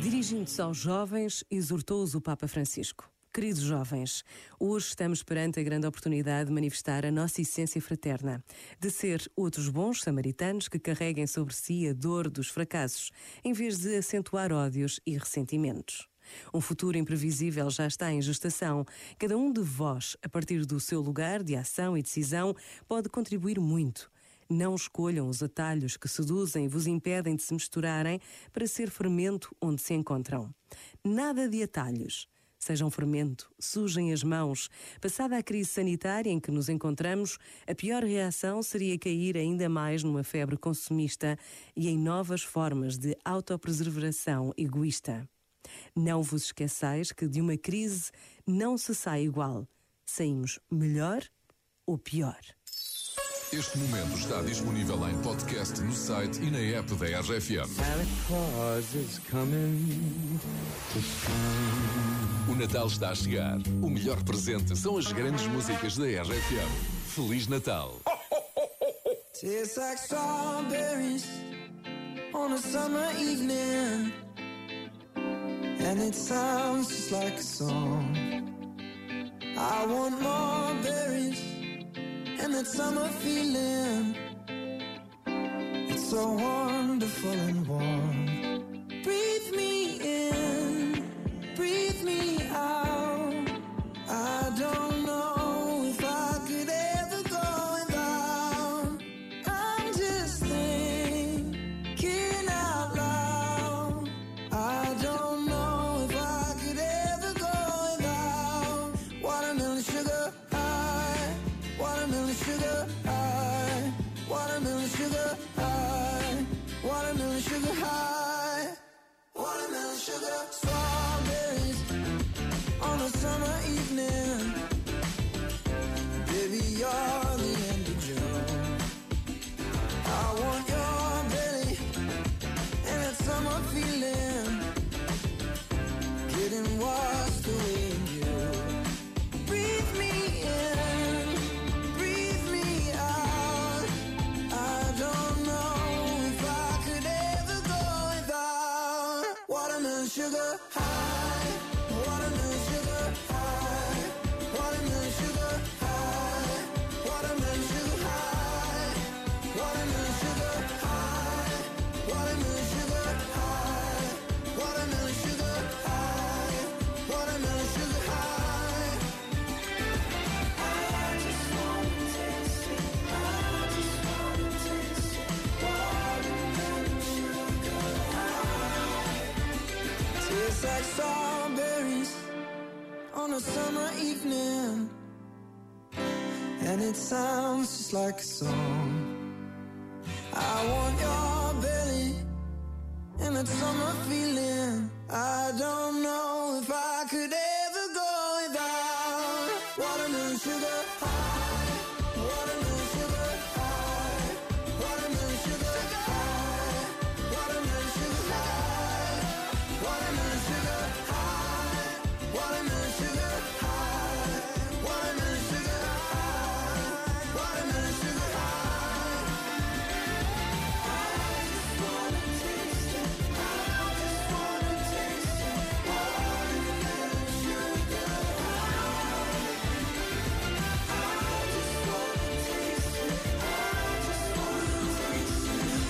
Dirigindo-se aos jovens, exortou-os o Papa Francisco. Queridos jovens, hoje estamos perante a grande oportunidade de manifestar a nossa essência fraterna, de ser outros bons samaritanos que carreguem sobre si a dor dos fracassos, em vez de acentuar ódios e ressentimentos. Um futuro imprevisível já está em gestação. Cada um de vós, a partir do seu lugar de ação e decisão, pode contribuir muito. Não escolham os atalhos que seduzem e vos impedem de se misturarem para ser fermento onde se encontram. Nada de atalhos. Sejam fermento, sujem as mãos. Passada a crise sanitária em que nos encontramos, a pior reação seria cair ainda mais numa febre consumista e em novas formas de autopreservação egoísta. Não vos esqueçais que de uma crise não se sai igual. Saímos melhor ou pior. Este momento está disponível em podcast no site e na app da RFM. O Natal está a chegar. O melhor presente são as grandes músicas da RFM. Feliz Natal! Tastes like strawberries on a summer evening, and it sounds just like a song. I want more berries and that summer feeling. It's so wonderful and warm. Breathe me in, breathe me out. I don't know if I could ever go without. I'm just thinking out loud. I don't know if I could ever go without watermelon sugar high, watermelon sugar high, watermelon sugar high, watermelon sugar high, watermelon sugar. Strawberries on a summer evening. Baby, you're the end of June. I want your belly and that summer feeling. Getting washed away in you. Breathe me in, breathe me out. I don't know if I could ever go without watermelon sugar high, watermelon sugar high, watermelon sugar high, watermelon sugar high, watermelon sugar high, watermelon sugar high, watermelon sugar high, watermelon sugar high. I just wanna taste it, I just wanna taste it, watermelon sugar high. Tastes like strawberries on a summer evening, and it sounds just like a song. I want your belly and that summer feeling. I don't know if I could ever go without watermelon sugar high, watermelon sugar high, watermelon sugar high, watermelon sugar high, watermelon sugar high, watermelon sugar high, watermelon sugar high, watermelon sugar high. I just wanna taste it, I just wanna taste it, watermelon sugar high. I just wanna taste it, I just wanna taste it,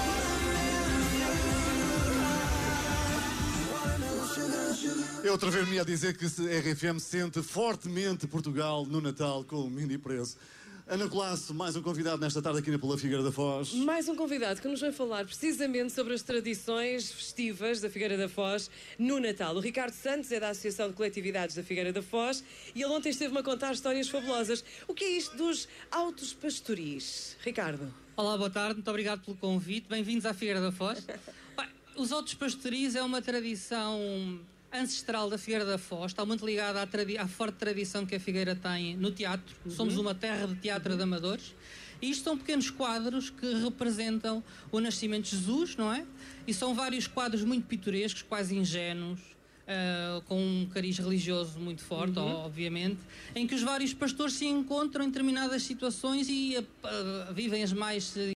watermelon sugar high. Eu atrever-me a dizer que a RFM sente fortemente Portugal no Natal com o Mindy Preço. Ana Colasso, mais um convidado nesta tarde aqui na Pela Figueira da Foz. Mais um convidado que nos vai falar precisamente sobre as tradições festivas da Figueira da Foz no Natal. O Ricardo Santos é da Associação de Coletividades da Figueira da Foz e ele ontem esteve-me a contar histórias fabulosas. O que é isto dos autos pastoris? Ricardo. Olá, boa tarde, muito obrigado pelo convite. Bem-vindos à Figueira da Foz. Bem, os autos pastoris é uma tradição ancestral da Figueira da Foz, está muito ligada à forte tradição que a Figueira tem no teatro. Somos uma terra de teatro de amadores. E isto são pequenos quadros que representam o nascimento de Jesus, não é? E são vários quadros muito pitorescos, quase ingênuos, com um cariz religioso muito forte, obviamente, em que os vários pastores se encontram em determinadas situações e vivem as mais